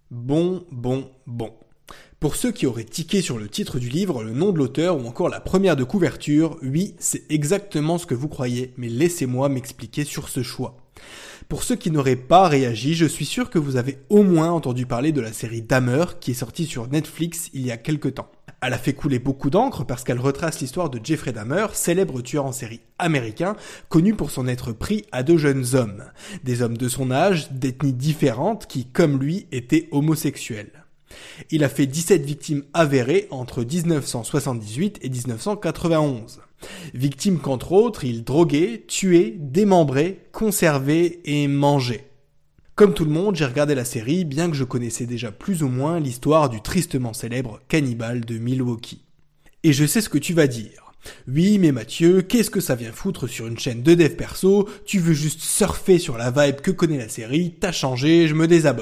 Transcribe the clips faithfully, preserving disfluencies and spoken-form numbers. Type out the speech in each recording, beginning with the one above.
Bon, bon, bon. Pour ceux qui auraient tiqué sur le titre du livre, le nom de l'auteur ou encore la première de couverture, oui, c'est exactement ce que vous croyez, mais laissez-moi m'expliquer sur ce choix. Pour ceux qui n'auraient pas réagi, je suis sûr que vous avez au moins entendu parler de la série Dahmer qui est sortie sur Netflix il y a quelque temps. Elle a fait couler beaucoup d'encre parce qu'elle retrace l'histoire de Jeffrey Dahmer, célèbre tueur en série américain, connu pour s'en être pris à deux jeunes hommes. Des hommes de son âge, d'ethnies différentes, qui, comme lui, étaient homosexuels. Il a fait dix-sept victimes avérées entre dix-neuf cent soixante-dix-huit et dix-neuf cent quatre-vingt-onze. Victimes qu'entre autres, il droguait, tuait, démembrait, conservait et mangeait. Comme tout le monde, j'ai regardé la série, bien que je connaissais déjà plus ou moins l'histoire du tristement célèbre cannibale de Milwaukee. Et je sais ce que tu vas dire. Oui, mais Mathieu, qu'est-ce que ça vient foutre sur une chaîne de dev perso? Tu veux juste surfer sur la vibe que connaît la série, t'as changé, je me désabonne.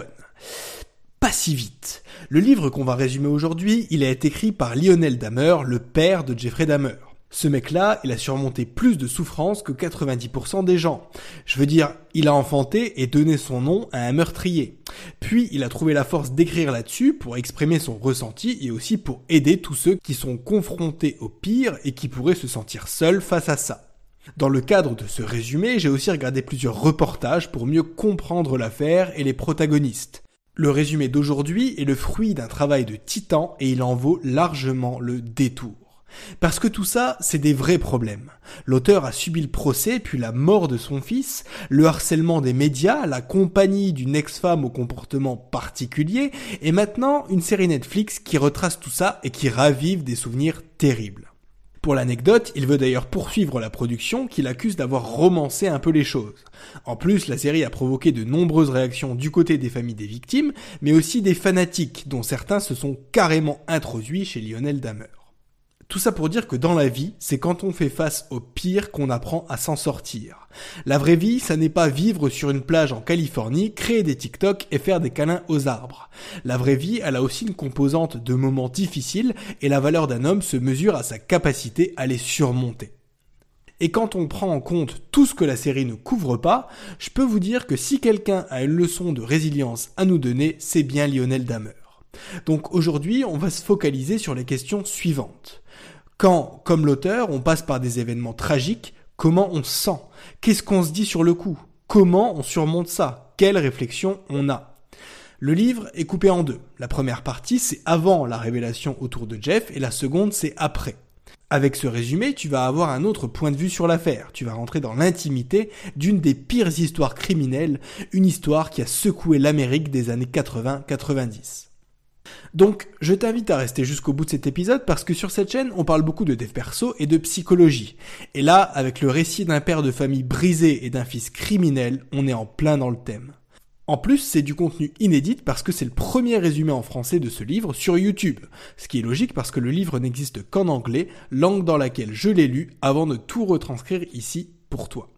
Pas si vite. Le livre qu'on va résumer aujourd'hui, il a été écrit par Lionel Dahmer, le père de Jeffrey Dahmer. Ce mec-là, il a surmonté plus de souffrances que quatre-vingt-dix pour cent des gens. Je veux dire, il a enfanté et donné son nom à un meurtrier. Puis, il a trouvé la force d'écrire là-dessus pour exprimer son ressenti et aussi pour aider tous ceux qui sont confrontés au pire et qui pourraient se sentir seuls face à ça. Dans le cadre de ce résumé, j'ai aussi regardé plusieurs reportages pour mieux comprendre l'affaire et les protagonistes. Le résumé d'aujourd'hui est le fruit d'un travail de titan et il en vaut largement le détour. Parce que tout ça, c'est des vrais problèmes. L'auteur a subi le procès, puis la mort de son fils, le harcèlement des médias, la compagnie d'une ex-femme au comportement particulier, et maintenant une série Netflix qui retrace tout ça et qui ravive des souvenirs terribles. Pour l'anecdote, il veut d'ailleurs poursuivre la production qu'il accuse d'avoir romancé un peu les choses. En plus, la série a provoqué de nombreuses réactions du côté des familles des victimes, mais aussi des fanatiques, dont certains se sont carrément introduits chez Lionel Dahmer. Tout ça pour dire que dans la vie, c'est quand on fait face au pire qu'on apprend à s'en sortir. La vraie vie, ça n'est pas vivre sur une plage en Californie, créer des TikTok et faire des câlins aux arbres. La vraie vie, elle a aussi une composante de moments difficiles et la valeur d'un homme se mesure à sa capacité à les surmonter. Et quand on prend en compte tout ce que la série ne couvre pas, je peux vous dire que si quelqu'un a une leçon de résilience à nous donner, c'est bien Lionel Dahmer. Donc aujourd'hui, on va se focaliser sur les questions suivantes. Quand, comme l'auteur, on passe par des événements tragiques, comment on se sent? Qu'est-ce qu'on se dit sur le coup? Comment on surmonte ça? Quelle réflexion on a? Le livre est coupé en deux. La première partie, c'est avant la révélation autour de Jeff, et la seconde, c'est après. Avec ce résumé, tu vas avoir un autre point de vue sur l'affaire. Tu vas rentrer dans l'intimité d'une des pires histoires criminelles, une histoire qui a secoué l'Amérique des années quatre-vingts quatre-vingt-dix. Donc, je t'invite à rester jusqu'au bout de cet épisode parce que sur cette chaîne, on parle beaucoup de dev perso et de psychologie. Et là, avec le récit d'un père de famille brisé et d'un fils criminel, on est en plein dans le thème. En plus, c'est du contenu inédit parce que c'est le premier résumé en français de ce livre sur YouTube. Ce qui est logique parce que le livre n'existe qu'en anglais, langue dans laquelle je l'ai lu avant de tout retranscrire ici pour toi.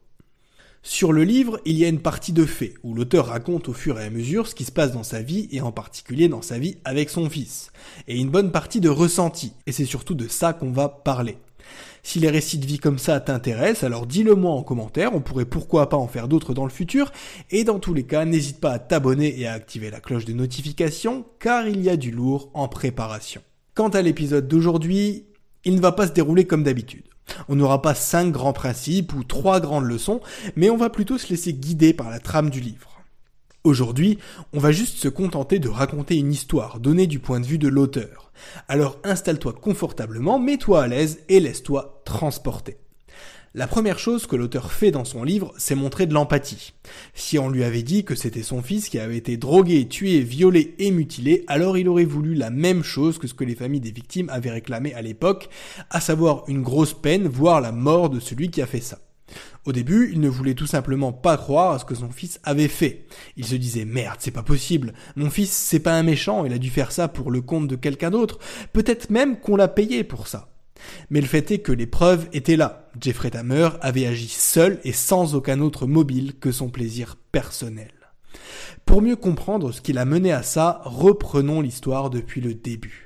Sur le livre, il y a une partie de faits, où l'auteur raconte au fur et à mesure ce qui se passe dans sa vie, et en particulier dans sa vie avec son fils. Et une bonne partie de ressenti, et c'est surtout de ça qu'on va parler. Si les récits de vie comme ça t'intéressent, alors dis-le moi en commentaire, on pourrait pourquoi pas en faire d'autres dans le futur, et dans tous les cas, n'hésite pas à t'abonner et à activer la cloche de notification, car il y a du lourd en préparation. Quant à l'épisode d'aujourd'hui, il ne va pas se dérouler comme d'habitude. On n'aura pas cinq grands principes ou trois grandes leçons, mais on va plutôt se laisser guider par la trame du livre. Aujourd'hui, on va juste se contenter de raconter une histoire donnée du point de vue de l'auteur. Alors installe-toi confortablement, mets-toi à l'aise et laisse-toi transporter. La première chose que l'auteur fait dans son livre, c'est montrer de l'empathie. Si on lui avait dit que c'était son fils qui avait été drogué, tué, violé et mutilé, alors il aurait voulu la même chose que ce que les familles des victimes avaient réclamé à l'époque, à savoir une grosse peine, voire la mort de celui qui a fait ça. Au début, il ne voulait tout simplement pas croire à ce que son fils avait fait. Il se disait « Merde, c'est pas possible, mon fils c'est pas un méchant, il a dû faire ça pour le compte de quelqu'un d'autre, peut-être même qu'on l'a payé pour ça. » Mais le fait est que les preuves étaient là. Jeffrey Dahmer avait agi seul et sans aucun autre mobile que son plaisir personnel. Pour mieux comprendre ce qui l'a mené à ça, reprenons l'histoire depuis le début.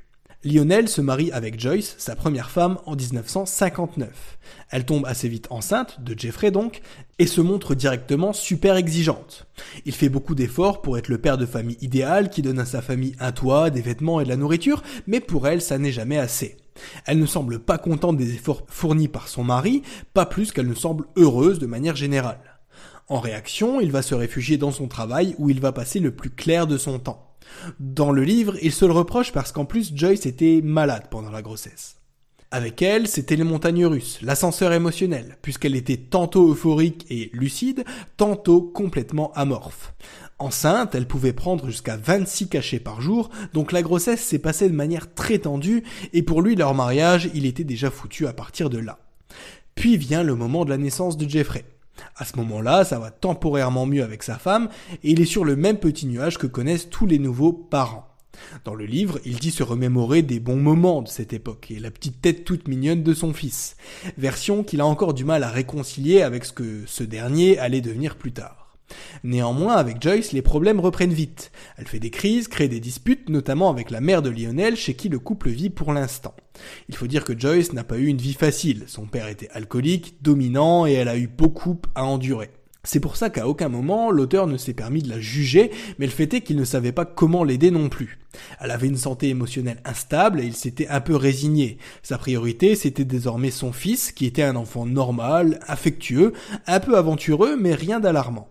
Lionel se marie avec Joyce, sa première femme, en dix-neuf cent cinquante-neuf. Elle tombe assez vite enceinte, de Jeffrey donc, et se montre directement super exigeante. Il fait beaucoup d'efforts pour être le père de famille idéal qui donne à sa famille un toit, des vêtements et de la nourriture, mais pour elle, ça n'est jamais assez. Elle ne semble pas contente des efforts fournis par son mari, pas plus qu'elle ne semble heureuse de manière générale. En réaction, il va se réfugier dans son travail où il va passer le plus clair de son temps. Dans le livre, il se le reproche parce qu'en plus Joyce était malade pendant la grossesse. Avec elle, c'était les montagnes russes, l'ascenseur émotionnel, puisqu'elle était tantôt euphorique et lucide, tantôt complètement amorphe. Enceinte, elle pouvait prendre jusqu'à vingt-six cachets par jour, donc la grossesse s'est passée de manière très tendue, et pour lui, leur mariage, il était déjà foutu à partir de là. Puis vient le moment de la naissance de Jeffrey. À ce moment-là, ça va temporairement mieux avec sa femme, et il est sur le même petit nuage que connaissent tous les nouveaux parents. Dans le livre, il dit se remémorer des bons moments de cette époque, et la petite tête toute mignonne de son fils, version qu'il a encore du mal à réconcilier avec ce que ce dernier allait devenir plus tard. Néanmoins, avec Joyce, les problèmes reprennent vite. Elle fait des crises, crée des disputes, notamment avec la mère de Lionel, chez qui le couple vit pour l'instant. Il faut dire que Joyce n'a pas eu une vie facile. Son père était alcoolique, dominant, et elle a eu beaucoup à endurer. C'est pour ça qu'à aucun moment, l'auteur ne s'est permis de la juger, mais le fait est qu'il ne savait pas comment l'aider non plus. Elle avait une santé émotionnelle instable et il s'était un peu résigné. Sa priorité, c'était désormais son fils, qui était un enfant normal, affectueux, un peu aventureux, mais rien d'alarmant.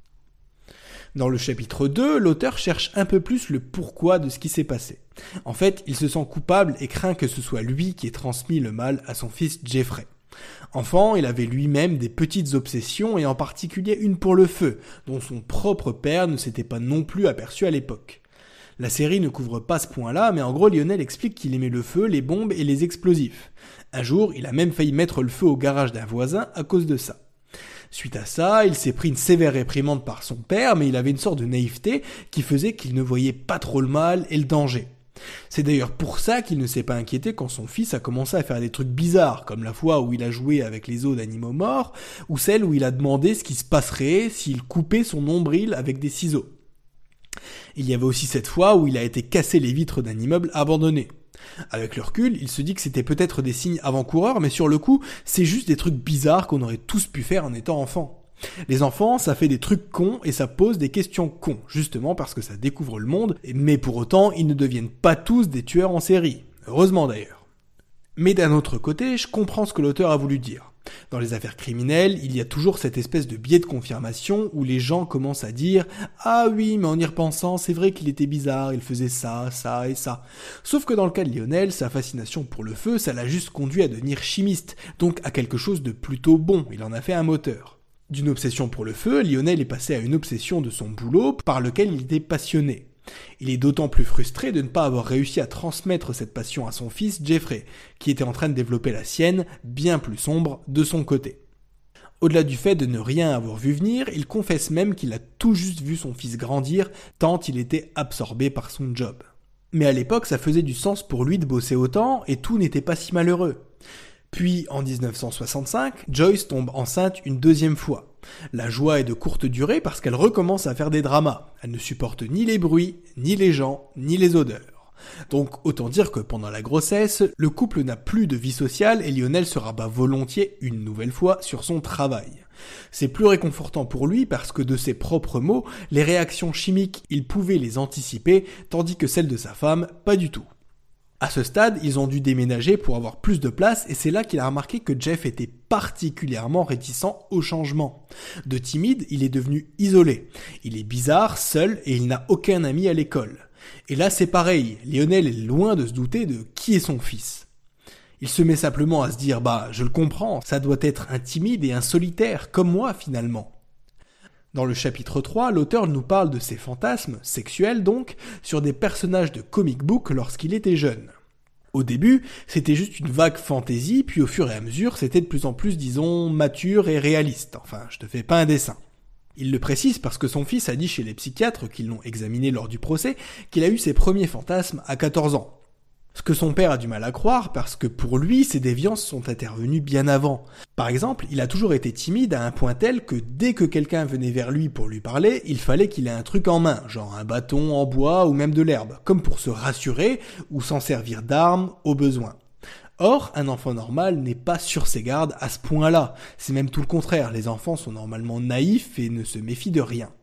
Dans le chapitre deux, l'auteur cherche un peu plus le pourquoi de ce qui s'est passé. En fait, il se sent coupable et craint que ce soit lui qui ait transmis le mal à son fils Jeffrey. Enfant, il avait lui-même des petites obsessions et en particulier une pour le feu, dont son propre père ne s'était pas non plus aperçu à l'époque. La série ne couvre pas ce point-là, mais en gros Lionel explique qu'il aimait le feu, les bombes et les explosifs. Un jour, il a même failli mettre le feu au garage d'un voisin à cause de ça. Suite à ça, il s'est pris une sévère réprimande par son père, mais il avait une sorte de naïveté qui faisait qu'il ne voyait pas trop le mal et le danger. C'est d'ailleurs pour ça qu'il ne s'est pas inquiété quand son fils a commencé à faire des trucs bizarres, comme la fois où il a joué avec les os d'animaux morts, ou celle où il a demandé ce qui se passerait s'il coupait son nombril avec des ciseaux. Il y avait aussi cette fois où il a été casser les vitres d'un immeuble abandonné. Avec le recul, il se dit que c'était peut-être des signes avant-coureurs, mais sur le coup, c'est juste des trucs bizarres qu'on aurait tous pu faire en étant enfant. Les enfants, ça fait des trucs cons et ça pose des questions cons, justement parce que ça découvre le monde, mais pour autant, ils ne deviennent pas tous des tueurs en série. Heureusement d'ailleurs. Mais d'un autre côté, je comprends ce que l'auteur a voulu dire. Dans les affaires criminelles, il y a toujours cette espèce de biais de confirmation où les gens commencent à dire « Ah oui, mais en y repensant, c'est vrai qu'il était bizarre, il faisait ça, ça et ça. » Sauf que dans le cas de Lionel, sa fascination pour le feu, ça l'a juste conduit à devenir chimiste, donc à quelque chose de plutôt bon, il en a fait un moteur. D'une obsession pour le feu, Lionel est passé à une obsession de son boulot par lequel il était passionné. Il est d'autant plus frustré de ne pas avoir réussi à transmettre cette passion à son fils Jeffrey, qui était en train de développer la sienne, bien plus sombre, de son côté. Au-delà du fait de ne rien avoir vu venir, il confesse même qu'il a tout juste vu son fils grandir, tant il était absorbé par son job. Mais à l'époque, ça faisait du sens pour lui de bosser autant, et tout n'était pas si malheureux. Puis, en dix-neuf cent soixante-cinq, Joyce tombe enceinte une deuxième fois. La joie est de courte durée parce qu'elle recommence à faire des dramas. Elle ne supporte ni les bruits, ni les gens, ni les odeurs. Donc autant dire que pendant la grossesse, le couple n'a plus de vie sociale et Lionel se rabat volontiers une nouvelle fois sur son travail. C'est plus réconfortant pour lui parce que de ses propres mots, les réactions chimiques, il pouvait les anticiper, tandis que celles de sa femme, pas du tout. À ce stade, ils ont dû déménager pour avoir plus de place et c'est là qu'il a remarqué que Jeff était particulièrement réticent au changement. De timide, il est devenu isolé. Il est bizarre, seul et il n'a aucun ami à l'école. Et là, c'est pareil, Lionel est loin de se douter de qui est son fils. Il se met simplement à se dire « bah, je le comprends, ça doit être un timide et un solitaire, comme moi finalement ». Dans le chapitre trois, l'auteur nous parle de ses fantasmes, sexuels donc, sur des personnages de comic book lorsqu'il était jeune. Au début, c'était juste une vague fantaisie, puis au fur et à mesure, c'était de plus en plus, disons, mature et réaliste. Enfin, je te fais pas un dessin. Il le précise parce que son fils a dit chez les psychiatres qui l'ont examiné lors du procès qu'il a eu ses premiers fantasmes à quatorze ans. Ce que son père a du mal à croire parce que pour lui, ces déviances sont intervenues bien avant. Par exemple, il a toujours été timide à un point tel que dès que quelqu'un venait vers lui pour lui parler, il fallait qu'il ait un truc en main, genre un bâton en bois ou même de l'herbe, comme pour se rassurer ou s'en servir d'arme au besoin. Or, un enfant normal n'est pas sur ses gardes à ce point-là. C'est même tout le contraire, les enfants sont normalement naïfs et ne se méfient de rien.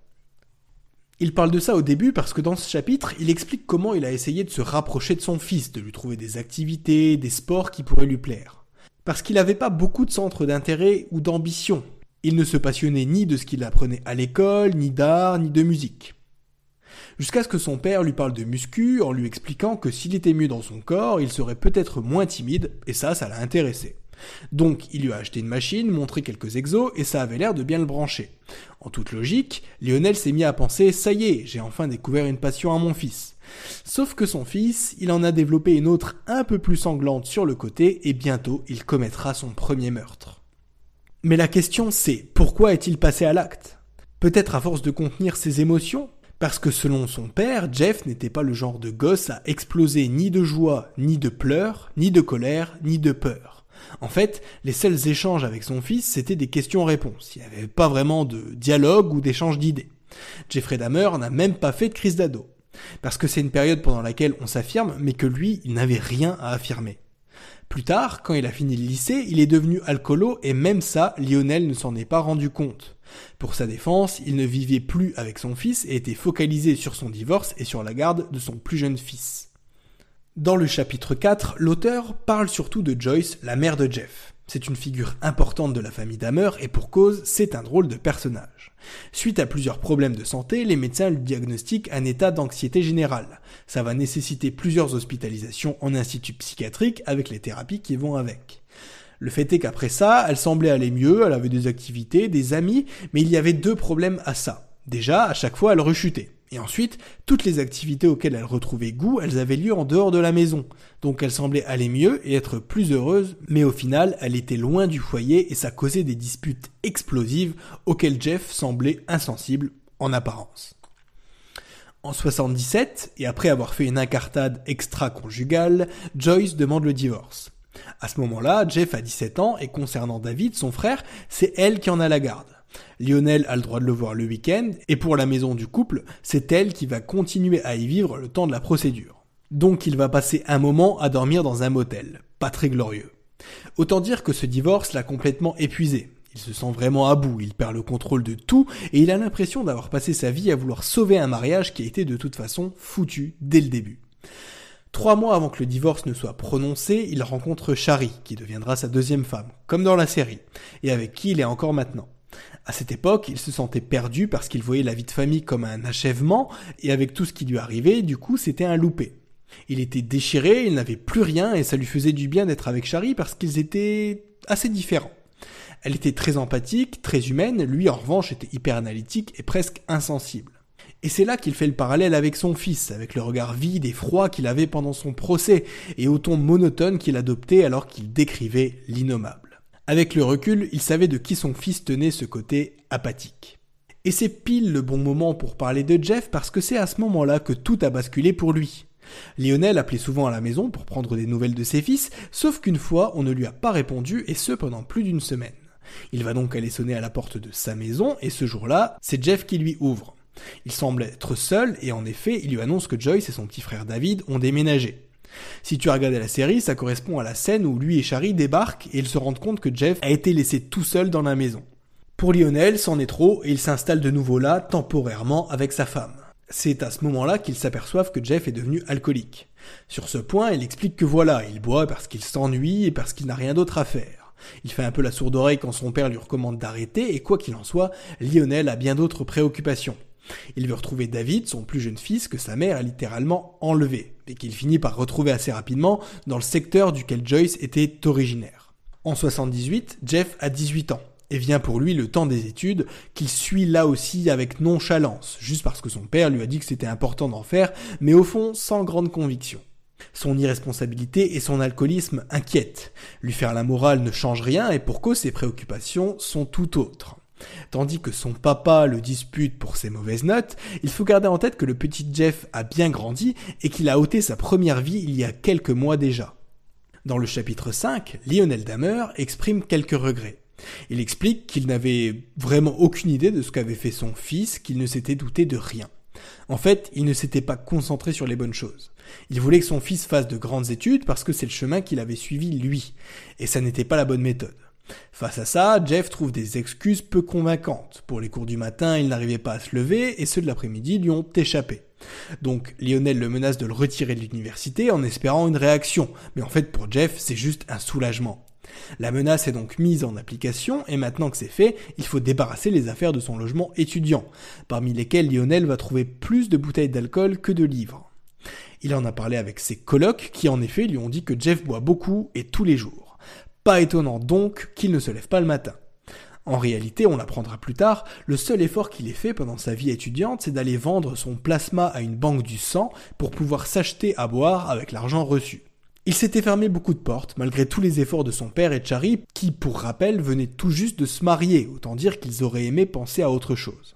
Il parle de ça au début parce que dans ce chapitre, il explique comment il a essayé de se rapprocher de son fils, de lui trouver des activités, des sports qui pourraient lui plaire. Parce qu'il n'avait pas beaucoup de centres d'intérêt ou d'ambition. Il ne se passionnait ni de ce qu'il apprenait à l'école, ni d'art, ni de musique. Jusqu'à ce que son père lui parle de muscu en lui expliquant que s'il était mieux dans son corps, il serait peut-être moins timide, et ça, ça l'a intéressé. Donc, il lui a acheté une machine, montré quelques exos, et ça avait l'air de bien le brancher. En toute logique, Lionel s'est mis à penser « ça y est, j'ai enfin découvert une passion à mon fils ». Sauf que son fils, il en a développé une autre un peu plus sanglante sur le côté, et bientôt, il commettra son premier meurtre. Mais la question c'est, pourquoi est-il passé à l'acte ? Peut-être à force de contenir ses émotions ? Parce que selon son père, Jeff n'était pas le genre de gosse à exploser ni de joie, ni de pleurs, ni de colère, ni de peur. En fait, les seuls échanges avec son fils, c'était des questions-réponses. Il n'y avait pas vraiment de dialogue ou d'échange d'idées. Jeffrey Dahmer n'a même pas fait de crise d'ado. Parce que c'est une période pendant laquelle on s'affirme, mais que lui, il n'avait rien à affirmer. Plus tard, quand il a fini le lycée, il est devenu alcoolo et même ça, Lionel ne s'en est pas rendu compte. Pour sa défense, il ne vivait plus avec son fils et était focalisé sur son divorce et sur la garde de son plus jeune fils. Dans le chapitre quatre, l'auteur parle surtout de Joyce, la mère de Jeff. C'est une figure importante de la famille Dahmer et pour cause, c'est un drôle de personnage. Suite à plusieurs problèmes de santé, les médecins lui diagnostiquent un état d'anxiété générale. Ça va nécessiter plusieurs hospitalisations en institut psychiatrique avec les thérapies qui vont avec. Le fait est qu'après ça, elle semblait aller mieux, elle avait des activités, des amis, mais il y avait deux problèmes à ça. Déjà, à chaque fois, elle rechutait. Et ensuite, toutes les activités auxquelles elle retrouvait goût, elles avaient lieu en dehors de la maison. Donc elle semblait aller mieux et être plus heureuse, mais au final, elle était loin du foyer et ça causait des disputes explosives auxquelles Jeff semblait insensible en apparence. En soixante-dix-sept, et après avoir fait une incartade extra-conjugale, Joyce demande le divorce. À ce moment-là, Jeff a dix-sept ans et concernant David, son frère, c'est elle qui en a la garde. Lionel a le droit de le voir le week-end, et pour la maison du couple, c'est elle qui va continuer à y vivre le temps de la procédure. Donc il va passer un moment à dormir dans un motel. Pas très glorieux. Autant dire que ce divorce l'a complètement épuisé. Il se sent vraiment à bout, il perd le contrôle de tout, et il a l'impression d'avoir passé sa vie à vouloir sauver un mariage qui a été de toute façon foutu dès le début. Trois mois avant que le divorce ne soit prononcé, il rencontre Shari, qui deviendra sa deuxième femme, comme dans la série, et avec qui il est encore maintenant. À cette époque, il se sentait perdu parce qu'il voyait la vie de famille comme un achèvement, et avec tout ce qui lui arrivait, du coup, c'était un loupé. Il était déchiré, il n'avait plus rien, et ça lui faisait du bien d'être avec Shari parce qu'ils étaient assez différents. Elle était très empathique, très humaine, lui en revanche était hyper analytique et presque insensible. Et c'est là qu'il fait le parallèle avec son fils, avec le regard vide et froid qu'il avait pendant son procès, et au ton monotone qu'il adoptait alors qu'il décrivait l'innommable. Avec le recul, il savait de qui son fils tenait ce côté apathique. Et c'est pile le bon moment pour parler de Jeff parce que c'est à ce moment-là que tout a basculé pour lui. Lionel appelait souvent à la maison pour prendre des nouvelles de ses fils, sauf qu'une fois, on ne lui a pas répondu et ce pendant plus d'une semaine. Il va donc aller sonner à la porte de sa maison et ce jour-là, c'est Jeff qui lui ouvre. Il semble être seul et en effet, il lui annonce que Joyce et son petit frère David ont déménagé. Si tu as regardé la série, ça correspond à la scène où lui et Shari débarquent et ils se rendent compte que Jeff a été laissé tout seul dans la maison. Pour Lionel, c'en est trop et il s'installe de nouveau là, temporairement, avec sa femme. C'est à ce moment-là qu'ils s'aperçoivent que Jeff est devenu alcoolique. Sur ce point, il explique que voilà, il boit parce qu'il s'ennuie et parce qu'il n'a rien d'autre à faire. Il fait un peu la sourde oreille quand son père lui recommande d'arrêter et quoi qu'il en soit, Lionel a bien d'autres préoccupations. Il veut retrouver David, son plus jeune fils, que sa mère a littéralement enlevé, et qu'il finit par retrouver assez rapidement dans le secteur duquel Joyce était originaire. En soixante-dix-huit, Jeff a dix-huit ans, et vient pour lui le temps des études, qu'il suit là aussi avec nonchalance, juste parce que son père lui a dit que c'était important d'en faire, mais au fond sans grande conviction. Son irresponsabilité et son alcoolisme inquiètent. Lui faire la morale ne change rien, et pour cause ses préoccupations sont tout autres. Tandis que son papa le dispute pour ses mauvaises notes, il faut garder en tête que le petit Jeff a bien grandi et qu'il a ôté sa première vie il y a quelques mois déjà. Dans le chapitre cinq, Lionel Dahmer exprime quelques regrets. Il explique qu'il n'avait vraiment aucune idée de ce qu'avait fait son fils, qu'il ne s'était douté de rien. En fait, il ne s'était pas concentré sur les bonnes choses. Il voulait que son fils fasse de grandes études parce que c'est le chemin qu'il avait suivi lui, et ça n'était pas la bonne méthode. Face à ça, Jeff trouve des excuses peu convaincantes. Pour les cours du matin, il n'arrivait pas à se lever et ceux de l'après-midi lui ont échappé. Donc Lionel le menace de le retirer de l'université en espérant une réaction, mais en fait pour Jeff, c'est juste un soulagement. La menace est donc mise en application et maintenant que c'est fait, il faut débarrasser les affaires de son logement étudiant, parmi lesquelles Lionel va trouver plus de bouteilles d'alcool que de livres. Il en a parlé avec ses colocs qui en effet lui ont dit que Jeff boit beaucoup et tous les jours. Pas étonnant donc qu'il ne se lève pas le matin. En réalité, on l'apprendra plus tard, le seul effort qu'il ait fait pendant sa vie étudiante, c'est d'aller vendre son plasma à une banque du sang pour pouvoir s'acheter à boire avec l'argent reçu. Il s'était fermé beaucoup de portes, malgré tous les efforts de son père et de Charlie, qui, pour rappel, venaient tout juste de se marier, autant dire qu'ils auraient aimé penser à autre chose.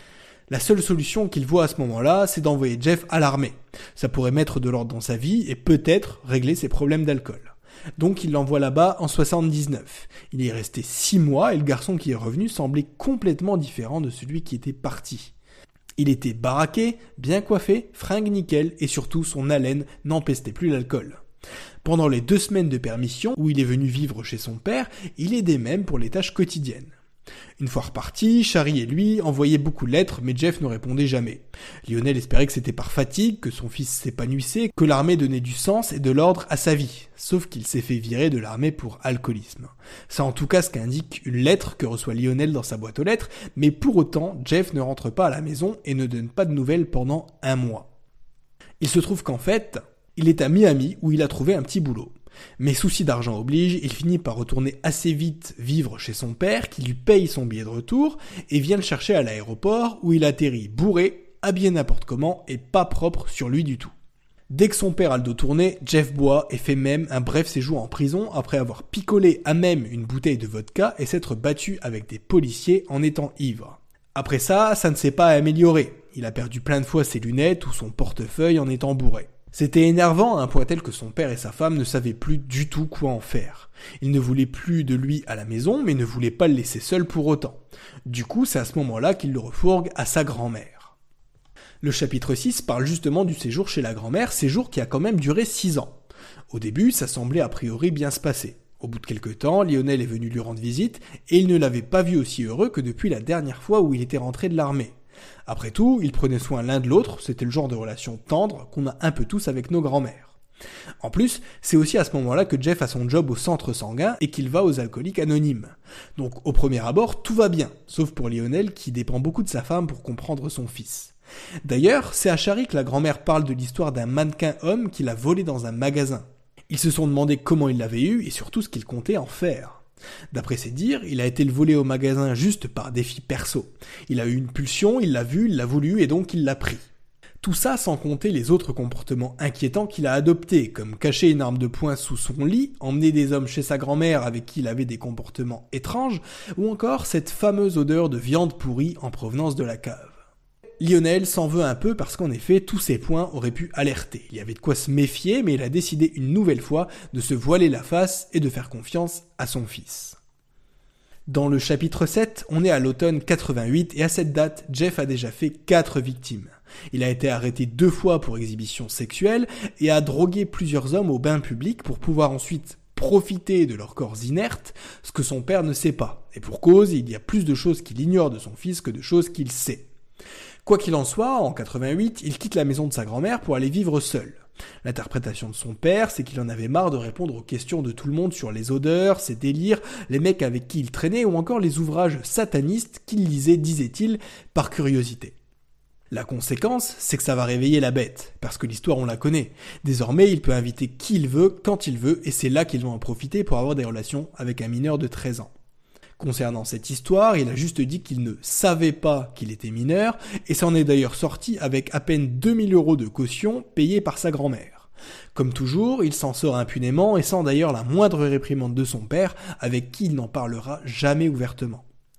La seule solution qu'il voit à ce moment-là, c'est d'envoyer Jeff à l'armée. Ça pourrait mettre de l'ordre dans sa vie et peut-être régler ses problèmes d'alcool. Donc il l'envoie là-bas en soixante-dix-neuf. Il y est resté six mois et le garçon qui est revenu semblait complètement différent de celui qui était parti. Il était baraqué, bien coiffé, fringue nickel et surtout son haleine n'empestait plus l'alcool. Pendant les deux semaines de permission où il est venu vivre chez son père, il aidait même pour les tâches quotidiennes. Une fois reparti, Charlie et lui envoyaient beaucoup de lettres, mais Jeff ne répondait jamais. Lionel espérait que c'était par fatigue, que son fils s'épanouissait, que l'armée donnait du sens et de l'ordre à sa vie. Sauf qu'il s'est fait virer de l'armée pour alcoolisme. C'est en tout cas ce qu'indique une lettre que reçoit Lionel dans sa boîte aux lettres, mais pour autant, Jeff ne rentre pas à la maison et ne donne pas de nouvelles pendant un mois. Il se trouve qu'en fait, il est à Miami où il a trouvé un petit boulot. Mais souci d'argent oblige, il finit par retourner assez vite vivre chez son père qui lui paye son billet de retour et vient le chercher à l'aéroport où il atterrit bourré, habillé n'importe comment et pas propre sur lui du tout. Dès que son père a le dos tourné, Jeff boit et fait même un bref séjour en prison après avoir picolé à même une bouteille de vodka et s'être battu avec des policiers en étant ivre. Après ça, ça ne s'est pas amélioré. Il a perdu plein de fois ses lunettes ou son portefeuille en étant bourré. C'était énervant à un point tel que son père et sa femme ne savaient plus du tout quoi en faire. Ils ne voulaient plus de lui à la maison, mais ne voulaient pas le laisser seul pour autant. Du coup, c'est à ce moment-là qu'ils le refourguent à sa grand-mère. Le chapitre six parle justement du séjour chez la grand-mère, séjour qui a quand même duré six ans. Au début, ça semblait a priori bien se passer. Au bout de quelques temps, Lionel est venu lui rendre visite, et il ne l'avait pas vu aussi heureux que depuis la dernière fois où il était rentré de l'armée. Après tout, ils prenaient soin l'un de l'autre, c'était le genre de relation tendre qu'on a un peu tous avec nos grands-mères. En plus, c'est aussi à ce moment-là que Jeff a son job au centre sanguin et qu'il va aux alcooliques anonymes. Donc au premier abord, tout va bien, sauf pour Lionel qui dépend beaucoup de sa femme pour comprendre son fils. D'ailleurs, c'est à Charlie que la grand-mère parle de l'histoire d'un mannequin homme qu'il a volé dans un magasin. Ils se sont demandé comment il l'avait eu et surtout ce qu'il comptait en faire. D'après ses dires, il a été le volé au magasin juste par défi perso. Il a eu une pulsion, il l'a vu, il l'a voulu et donc il l'a pris. Tout ça sans compter les autres comportements inquiétants qu'il a adoptés, comme cacher une arme de poing sous son lit, emmener des hommes chez sa grand-mère avec qui il avait des comportements étranges, ou encore cette fameuse odeur de viande pourrie en provenance de la cave. Lionel s'en veut un peu parce qu'en effet, tous ces points auraient pu alerter. Il y avait de quoi se méfier, mais il a décidé une nouvelle fois de se voiler la face et de faire confiance à son fils. Dans le chapitre sept, on est à l'automne quatre-vingt-huit et à cette date, Jeff a déjà fait quatre victimes. Il a été arrêté deux fois pour exhibition sexuelle et a drogué plusieurs hommes au bain public pour pouvoir ensuite profiter de leurs corps inertes, ce que son père ne sait pas. Et pour cause, il y a plus de choses qu'il ignore de son fils que de choses qu'il sait. Quoi qu'il en soit, en quatre-vingt-huit, il quitte la maison de sa grand-mère pour aller vivre seul. L'interprétation de son père, c'est qu'il en avait marre de répondre aux questions de tout le monde sur les odeurs, ses délires, les mecs avec qui il traînait ou encore les ouvrages satanistes qu'il lisait, disait-il, par curiosité. La conséquence, c'est que ça va réveiller la bête, parce que l'histoire on la connaît. Désormais, il peut inviter qui il veut, quand il veut, et c'est là qu'ils vont en profiter pour avoir des relations avec un mineur de treize ans. Concernant cette histoire, il a juste dit qu'il ne savait pas qu'il était mineur, et s'en est d'ailleurs sorti avec à peine deux mille euros de caution payée par sa grand-mère. Comme toujours, il s'en sort impunément et sans d'ailleurs la moindre réprimande de son père, avec qui il n'en parlera jamais ouvertement.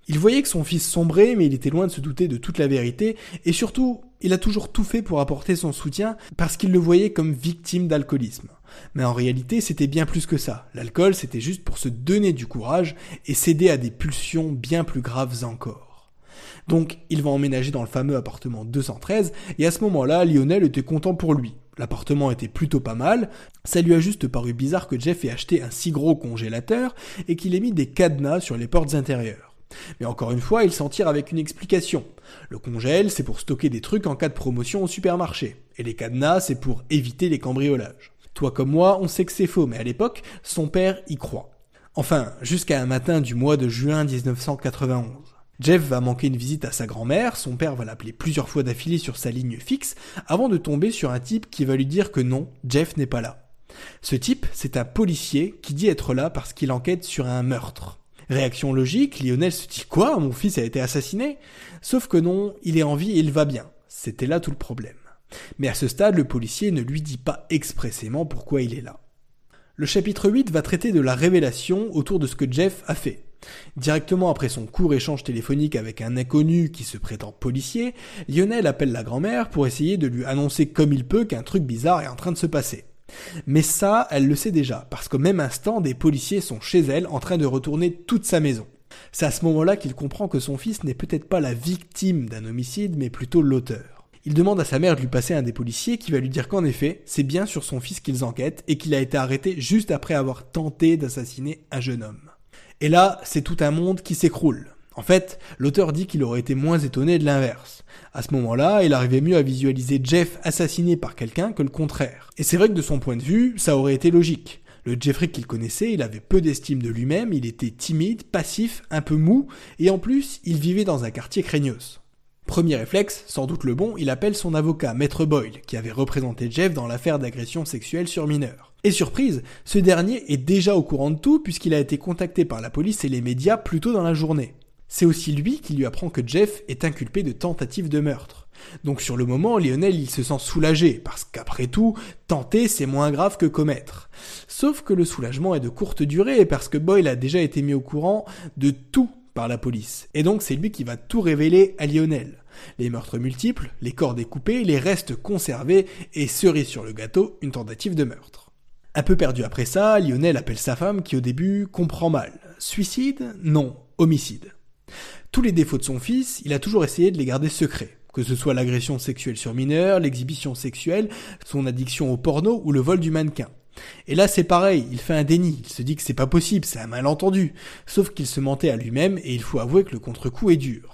Il voyait que son fils sombrait, mais il était loin de se douter de toute la vérité, et surtout, il a toujours tout fait pour apporter son soutien parce qu'il le voyait comme victime d'alcoolisme. Mais en réalité, c'était bien plus que ça. L'alcool, c'était juste pour se donner du courage et céder à des pulsions bien plus graves encore. Donc, il va emménager dans le fameux appartement deux cent treize, et à ce moment-là, Lionel était content pour lui. L'appartement était plutôt pas mal, ça lui a juste paru bizarre que Jeff ait acheté un si gros congélateur et qu'il ait mis des cadenas sur les portes intérieures. Mais encore une fois, il s'en tire avec une explication. Le congèle, c'est pour stocker des trucs en cas de promotion au supermarché. Et les cadenas, c'est pour éviter les cambriolages. Toi comme moi, on sait que c'est faux, mais à l'époque, son père y croit. Enfin, jusqu'à un matin du mois de juin dix-neuf cent quatre-vingt-onze. Jeff va manquer une visite à sa grand-mère, son père va l'appeler plusieurs fois d'affilée sur sa ligne fixe, avant de tomber sur un type qui va lui dire que non, Jeff n'est pas là. Ce type, c'est un policier qui dit être là parce qu'il enquête sur un meurtre. Réaction logique, Lionel se dit « Quoi ? Mon fils a été assassiné ?» Sauf que non, il est en vie et il va bien. C'était là tout le problème. Mais à ce stade, le policier ne lui dit pas expressément pourquoi il est là. Le chapitre huit va traiter de la révélation autour de ce que Jeff a fait. Directement après son court échange téléphonique avec un inconnu qui se prétend policier, Lionel appelle la grand-mère pour essayer de lui annoncer comme il peut qu'un truc bizarre est en train de se passer. Mais ça, elle le sait déjà, parce qu'au même instant, des policiers sont chez elle en train de retourner toute sa maison. C'est à ce moment-là qu'il comprend que son fils n'est peut-être pas la victime d'un homicide, mais plutôt l'auteur. Il demande à sa mère de lui passer un des policiers qui va lui dire qu'en effet, c'est bien sur son fils qu'ils enquêtent et qu'il a été arrêté juste après avoir tenté d'assassiner un jeune homme. Et là, c'est tout un monde qui s'écroule. En fait, l'auteur dit qu'il aurait été moins étonné de l'inverse. À ce moment-là, il arrivait mieux à visualiser Jeff assassiné par quelqu'un que le contraire. Et c'est vrai que de son point de vue, ça aurait été logique. Le Jeffrey qu'il connaissait, il avait peu d'estime de lui-même, il était timide, passif, un peu mou, et en plus, il vivait dans un quartier craignos. Premier réflexe, sans doute le bon, il appelle son avocat, Maître Boyle, qui avait représenté Jeff dans l'affaire d'agression sexuelle sur mineurs. Et surprise, ce dernier est déjà au courant de tout puisqu'il a été contacté par la police et les médias plus tôt dans la journée. C'est aussi lui qui lui apprend que Jeff est inculpé de tentative de meurtre. Donc sur le moment, Lionel il se sent soulagé, parce qu'après tout, tenter c'est moins grave que commettre. Sauf que le soulagement est de courte durée, parce que Boyle a déjà été mis au courant de tout par la police. Et donc c'est lui qui va tout révéler à Lionel. Les meurtres multiples, les corps découpés, les restes conservés, et cerise sur le gâteau, une tentative de meurtre. Un peu perdu après ça, Lionel appelle sa femme qui au début comprend mal. Suicide ? Non, homicide. Tous les défauts de son fils, il a toujours essayé de les garder secrets. Que ce soit l'agression sexuelle sur mineurs, l'exhibition sexuelle, son addiction au porno ou le vol du mannequin. Et là c'est pareil, il fait un déni, il se dit que c'est pas possible, c'est un malentendu. Sauf qu'il se mentait à lui-même et il faut avouer que le contre-coup est dur.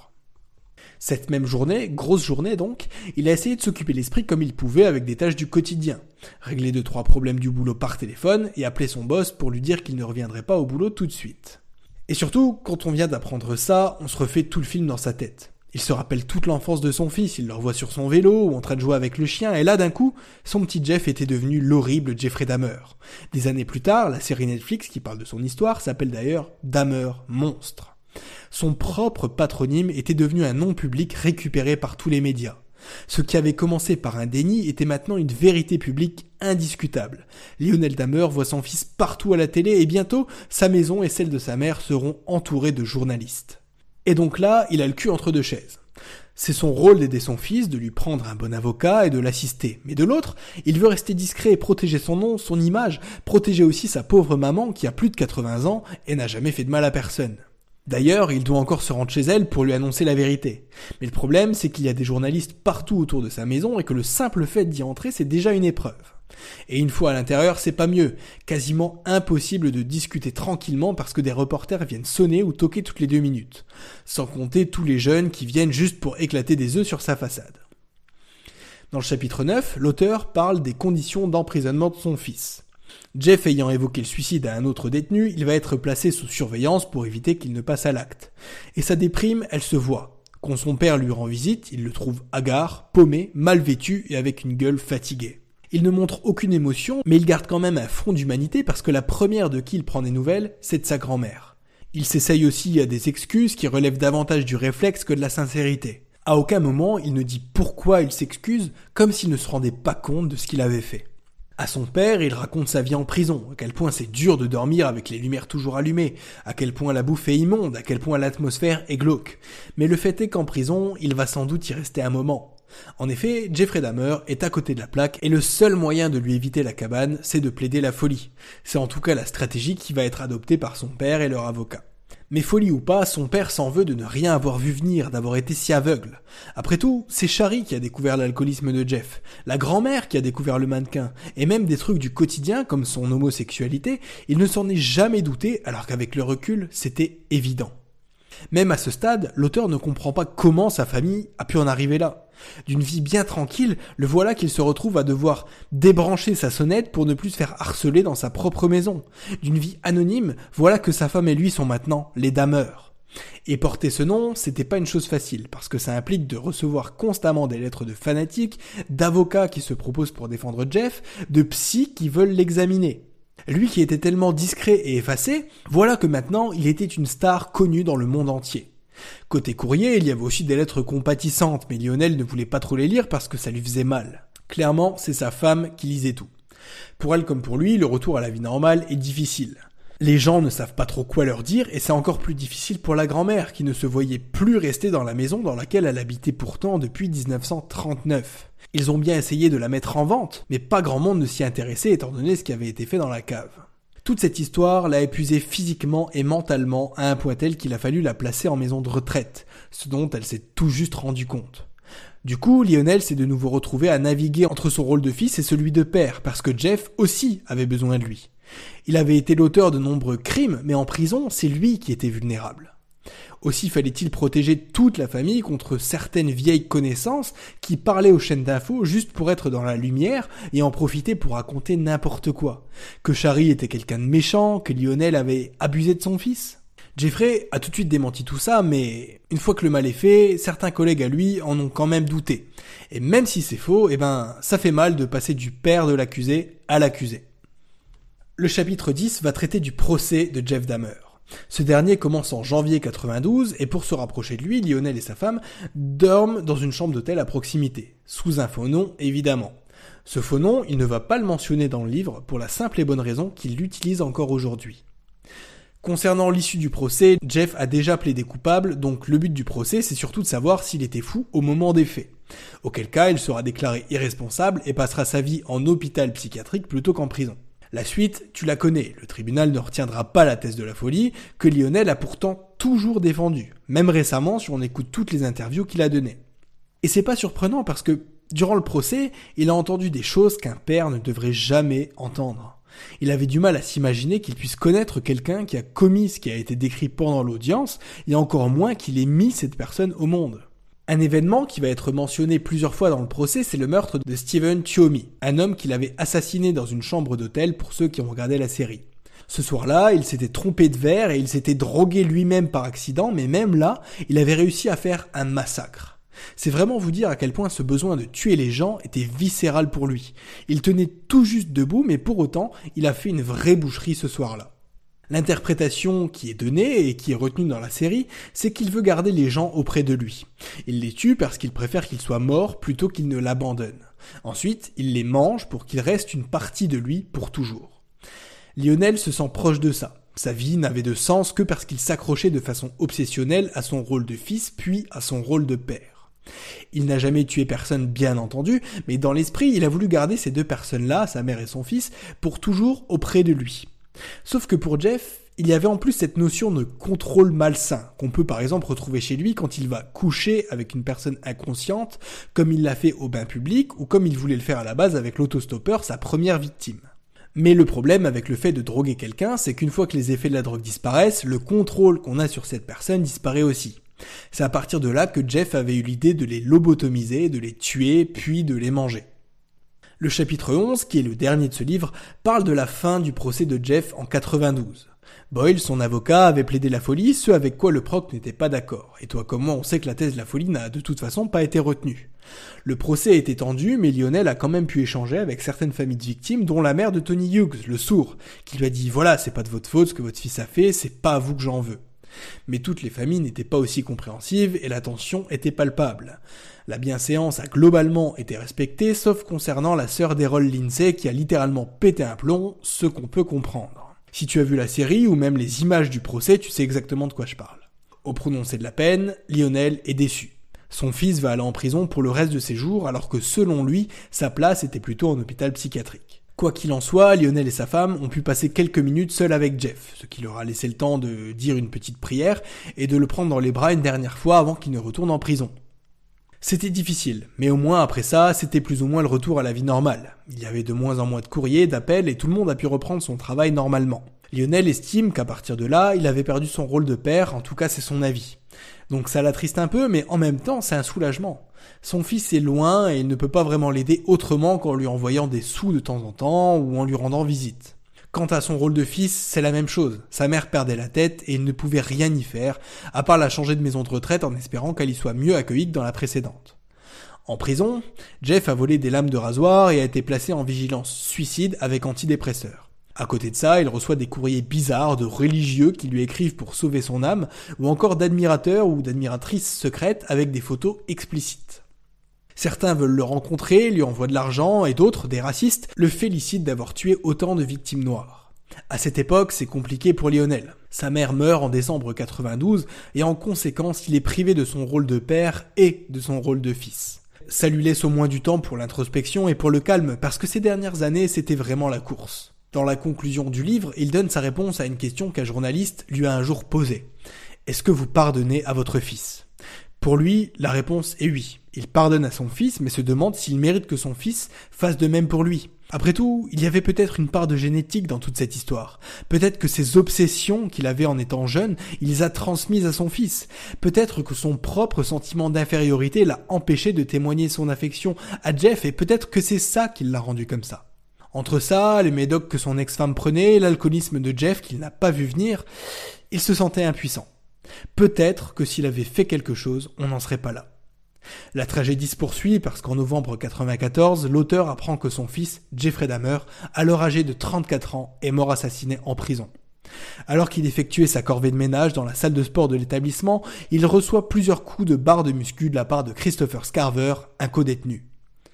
Cette même journée, grosse journée donc, il a essayé de s'occuper l'esprit comme il pouvait avec des tâches du quotidien. Régler deux trois problèmes du boulot par téléphone et appeler son boss pour lui dire qu'il ne reviendrait pas au boulot tout de suite. Et surtout, quand on vient d'apprendre ça, on se refait tout le film dans sa tête. Il se rappelle toute l'enfance de son fils, il le revoit sur son vélo ou en train de jouer avec le chien, et là d'un coup, son petit Jeff était devenu l'horrible Jeffrey Dahmer. Des années plus tard, la série Netflix qui parle de son histoire s'appelle d'ailleurs Dahmer Monstre. Son propre patronyme était devenu un nom public récupéré par tous les médias. Ce qui avait commencé par un déni était maintenant une vérité publique indiscutable. Lionel Dahmer voit son fils partout à la télé et bientôt, sa maison et celle de sa mère seront entourées de journalistes. Et donc là, il a le cul entre deux chaises. C'est son rôle d'aider son fils, de lui prendre un bon avocat et de l'assister. Mais de l'autre, il veut rester discret et protéger son nom, son image, protéger aussi sa pauvre maman qui a plus de quatre-vingts ans et n'a jamais fait de mal à personne. D'ailleurs, il doit encore se rendre chez elle pour lui annoncer la vérité. Mais le problème, c'est qu'il y a des journalistes partout autour de sa maison et que le simple fait d'y entrer, c'est déjà une épreuve. Et une fois à l'intérieur, c'est pas mieux. Quasiment impossible de discuter tranquillement parce que des reporters viennent sonner ou toquer toutes les deux minutes. Sans compter tous les jeunes qui viennent juste pour éclater des œufs sur sa façade. Dans le chapitre neuf, l'auteur parle des conditions d'emprisonnement de son fils. Jeff ayant évoqué le suicide à un autre détenu, il va être placé sous surveillance pour éviter qu'il ne passe à l'acte. Et sa déprime, elle se voit. Quand son père lui rend visite, il le trouve hagard, paumé, mal vêtu et avec une gueule fatiguée. Il ne montre aucune émotion, mais il garde quand même un front d'humanité parce que la première de qui il prend des nouvelles, c'est de sa grand-mère. Il s'essaye aussi à des excuses qui relèvent davantage du réflexe que de la sincérité. À aucun moment, il ne dit pourquoi il s'excuse, comme s'il ne se rendait pas compte de ce qu'il avait fait. À son père, il raconte sa vie en prison, à quel point c'est dur de dormir avec les lumières toujours allumées, à quel point la bouffe est immonde, à quel point l'atmosphère est glauque. Mais le fait est qu'en prison, il va sans doute y rester un moment. En effet, Jeffrey Dahmer est à côté de la plaque et le seul moyen de lui éviter la cabane, c'est de plaider la folie. C'est en tout cas la stratégie qui va être adoptée par son père et leur avocat. Mais folie ou pas, son père s'en veut de ne rien avoir vu venir, d'avoir été si aveugle. Après tout, c'est Shari qui a découvert l'alcoolisme de Jeff, la grand-mère qui a découvert le mannequin, et même des trucs du quotidien comme son homosexualité, il ne s'en est jamais douté alors qu'avec le recul, c'était évident. Même à ce stade, l'auteur ne comprend pas comment sa famille a pu en arriver là. D'une vie bien tranquille, le voilà qu'il se retrouve à devoir débrancher sa sonnette pour ne plus se faire harceler dans sa propre maison. D'une vie anonyme, voilà que sa femme et lui sont maintenant les Dahmer. Et porter ce nom, c'était pas une chose facile, parce que ça implique de recevoir constamment des lettres de fanatiques, d'avocats qui se proposent pour défendre Jeff, de psys qui veulent l'examiner. Lui qui était tellement discret et effacé, voilà que maintenant il était une star connue dans le monde entier. Côté courrier, il y avait aussi des lettres compatissantes, mais Lionel ne voulait pas trop les lire parce que ça lui faisait mal. Clairement, c'est sa femme qui lisait tout. Pour elle comme pour lui, le retour à la vie normale est difficile. Les gens ne savent pas trop quoi leur dire et c'est encore plus difficile pour la grand-mère qui ne se voyait plus rester dans la maison dans laquelle elle habitait pourtant depuis dix-neuf cent trente-neuf. Ils ont bien essayé de la mettre en vente, mais pas grand monde ne s'y intéressait étant donné ce qui avait été fait dans la cave. Toute cette histoire l'a épuisée physiquement et mentalement à un point tel qu'il a fallu la placer en maison de retraite, ce dont elle s'est tout juste rendu compte. Du coup, Lionel s'est de nouveau retrouvé à naviguer entre son rôle de fils et celui de père, parce que Jeff aussi avait besoin de lui. Il avait été l'auteur de nombreux crimes, mais en prison, c'est lui qui était vulnérable. Aussi fallait-il protéger toute la famille contre certaines vieilles connaissances qui parlaient aux chaînes d'infos juste pour être dans la lumière et en profiter pour raconter n'importe quoi. Que Shari était quelqu'un de méchant, que Lionel avait abusé de son fils. Jeffrey a tout de suite démenti tout ça, mais une fois que le mal est fait, certains collègues à lui en ont quand même douté. Et même si c'est faux, eh ben, ça fait mal de passer du père de l'accusé à l'accusé. Le chapitre dix va traiter du procès de Jeff Dahmer. Ce dernier commence en janvier quatre-vingt-douze et pour se rapprocher de lui, Lionel et sa femme dorment dans une chambre d'hôtel à proximité, sous un faux nom évidemment. Ce faux nom, il ne va pas le mentionner dans le livre pour la simple et bonne raison qu'il l'utilise encore aujourd'hui. Concernant l'issue du procès, Jeff a déjà plaidé coupable, donc le but du procès c'est surtout de savoir s'il était fou au moment des faits. Auquel cas, il sera déclaré irresponsable et passera sa vie en hôpital psychiatrique plutôt qu'en prison. La suite, tu la connais, le tribunal ne retiendra pas la thèse de la folie, que Lionel a pourtant toujours défendue, même récemment si on écoute toutes les interviews qu'il a données. Et c'est pas surprenant parce que, durant le procès, il a entendu des choses qu'un père ne devrait jamais entendre. Il avait du mal à s'imaginer qu'il puisse connaître quelqu'un qui a commis ce qui a été décrit pendant l'audience, et encore moins qu'il ait mis cette personne au monde. Un événement qui va être mentionné plusieurs fois dans le procès, c'est le meurtre de Steven Tuomi, un homme qu'il avait assassiné dans une chambre d'hôtel pour ceux qui ont regardé la série. Ce soir-là, il s'était trompé de verre et il s'était drogué lui-même par accident, mais même là, il avait réussi à faire un massacre. C'est vraiment vous dire à quel point ce besoin de tuer les gens était viscéral pour lui. Il tenait tout juste debout, mais pour autant, il a fait une vraie boucherie ce soir-là. L'interprétation qui est donnée et qui est retenue dans la série, c'est qu'il veut garder les gens auprès de lui. Il les tue parce qu'il préfère qu'ils soient morts plutôt qu'ils ne l'abandonnent. Ensuite, il les mange pour qu'il reste une partie de lui pour toujours. Lionel se sent proche de ça. Sa vie n'avait de sens que parce qu'il s'accrochait de façon obsessionnelle à son rôle de fils puis à son rôle de père. Il n'a jamais tué personne bien entendu, mais dans l'esprit, il a voulu garder ces deux personnes-là, sa mère et son fils, pour toujours auprès de lui. Sauf que pour Jeff, il y avait en plus cette notion de contrôle malsain, qu'on peut par exemple retrouver chez lui quand il va coucher avec une personne inconsciente, comme il l'a fait au bain public, ou comme il voulait le faire à la base avec l'autostoppeur, sa première victime. Mais le problème avec le fait de droguer quelqu'un, c'est qu'une fois que les effets de la drogue disparaissent, le contrôle qu'on a sur cette personne disparaît aussi. C'est à partir de là que Jeff avait eu l'idée de les lobotomiser, de les tuer, puis de les manger. Le chapitre onze, qui est le dernier de ce livre, parle de la fin du procès de Jeff en quatre-vingt-douze. Boyle, son avocat, avait plaidé la folie, ce avec quoi le proc n'était pas d'accord. Et toi comme moi, on sait que la thèse de la folie n'a de toute façon pas été retenue. Le procès a été tendu, mais Lionel a quand même pu échanger avec certaines familles de victimes, dont la mère de Tony Hughes, le sourd, qui lui a dit « Voilà, c'est pas de votre faute ce que votre fils a fait, c'est pas à vous que j'en veux ». Mais toutes les familles n'étaient pas aussi compréhensives et la tension était palpable. La bienséance a globalement été respectée, sauf concernant la sœur d'Errol Lindsay qui a littéralement pété un plomb, ce qu'on peut comprendre. Si tu as vu la série ou même les images du procès, tu sais exactement de quoi je parle. Au prononcé de la peine, Lionel est déçu. Son fils va aller en prison pour le reste de ses jours alors que selon lui, sa place était plutôt en hôpital psychiatrique. Quoi qu'il en soit, Lionel et sa femme ont pu passer quelques minutes seuls avec Jeff, ce qui leur a laissé le temps de dire une petite prière et de le prendre dans les bras une dernière fois avant qu'il ne retourne en prison. C'était difficile, mais au moins après ça, c'était plus ou moins le retour à la vie normale. Il y avait de moins en moins de courriers, d'appels et tout le monde a pu reprendre son travail normalement. Lionel estime qu'à partir de là, il avait perdu son rôle de père, en tout cas c'est son avis. Donc ça l'attriste un peu, mais en même temps c'est un soulagement. Son fils est loin et il ne peut pas vraiment l'aider autrement qu'en lui envoyant des sous de temps en temps ou en lui rendant visite. Quant à son rôle de fils, c'est la même chose. Sa mère perdait la tête et il ne pouvait rien y faire, à part la changer de maison de retraite en espérant qu'elle y soit mieux accueillie que dans la précédente. En prison, Jeff a volé des lames de rasoir et a été placé en vigilance suicide avec antidépresseurs. À côté de ça, il reçoit des courriers bizarres de religieux qui lui écrivent pour sauver son âme, ou encore d'admirateurs ou d'admiratrices secrètes avec des photos explicites. Certains veulent le rencontrer, lui envoient de l'argent, et d'autres, des racistes, le félicitent d'avoir tué autant de victimes noires. À cette époque, c'est compliqué pour Lionel. Sa mère meurt en décembre quatre-vingt-douze, et en conséquence, il est privé de son rôle de père et de son rôle de fils. Ça lui laisse au moins du temps pour l'introspection et pour le calme, parce que ces dernières années, c'était vraiment la course. Dans la conclusion du livre, il donne sa réponse à une question qu'un journaliste lui a un jour posée. Est-ce que vous pardonnez à votre fils ? Pour lui, la réponse est oui. Il pardonne à son fils, mais se demande s'il mérite que son fils fasse de même pour lui. Après tout, il y avait peut-être une part de génétique dans toute cette histoire. Peut-être que ces obsessions qu'il avait en étant jeune, il les a transmises à son fils. Peut-être que son propre sentiment d'infériorité l'a empêché de témoigner son affection à Jeff, et peut-être que c'est ça qui l'a rendu comme ça. Entre ça, les médocs que son ex-femme prenait, l'alcoolisme de Jeff qu'il n'a pas vu venir, il se sentait impuissant. Peut-être que s'il avait fait quelque chose, on n'en serait pas là. La tragédie se poursuit parce qu'en novembre quatre-vingt-quatorze, l'auteur apprend que son fils, Jeffrey Dahmer, alors âgé de trente-quatre ans, est mort assassiné en prison. Alors qu'il effectuait sa corvée de ménage dans la salle de sport de l'établissement, il reçoit plusieurs coups de barre de muscu de la part de Christopher Scarver, un codétenu.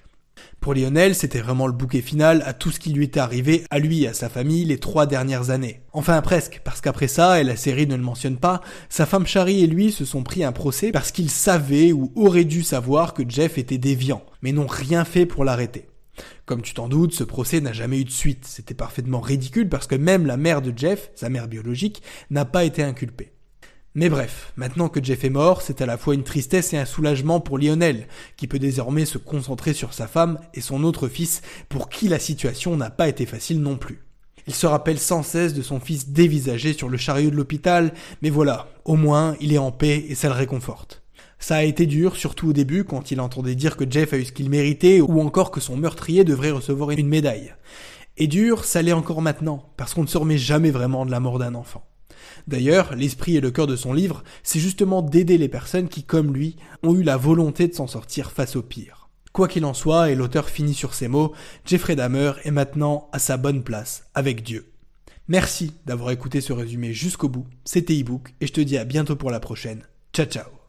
Pour Lionel, c'était vraiment le bouquet final à tout ce qui lui était arrivé, à lui et à sa famille, les trois dernières années. Enfin presque, parce qu'après ça, et la série ne le mentionne pas, sa femme Shari et lui se sont pris un procès parce qu'ils savaient ou auraient dû savoir que Jeff était déviant, mais n'ont rien fait pour l'arrêter. Comme tu t'en doutes, ce procès n'a jamais eu de suite. C'était parfaitement ridicule parce que même la mère de Jeff, sa mère biologique, n'a pas été inculpée. Mais bref, maintenant que Jeff est mort, c'est à la fois une tristesse et un soulagement pour Lionel, qui peut désormais se concentrer sur sa femme et son autre fils, pour qui la situation n'a pas été facile non plus. Il se rappelle sans cesse de son fils dévisagé sur le chariot de l'hôpital, mais voilà, au moins il est en paix et ça le réconforte. Ça a été dur, surtout au début, quand il entendait dire que Jeff a eu ce qu'il méritait, ou encore que son meurtrier devrait recevoir une médaille. Et dur, ça l'est encore maintenant, parce qu'on ne se remet jamais vraiment de la mort d'un enfant. D'ailleurs, l'esprit et le cœur de son livre, c'est justement d'aider les personnes qui, comme lui, ont eu la volonté de s'en sortir face au pire. Quoi qu'il en soit, et l'auteur finit sur ces mots, Jeffrey Dahmer est maintenant à sa bonne place avec Dieu. Merci d'avoir écouté ce résumé jusqu'au bout, c'était ebook, et je te dis à bientôt pour la prochaine. Ciao ciao.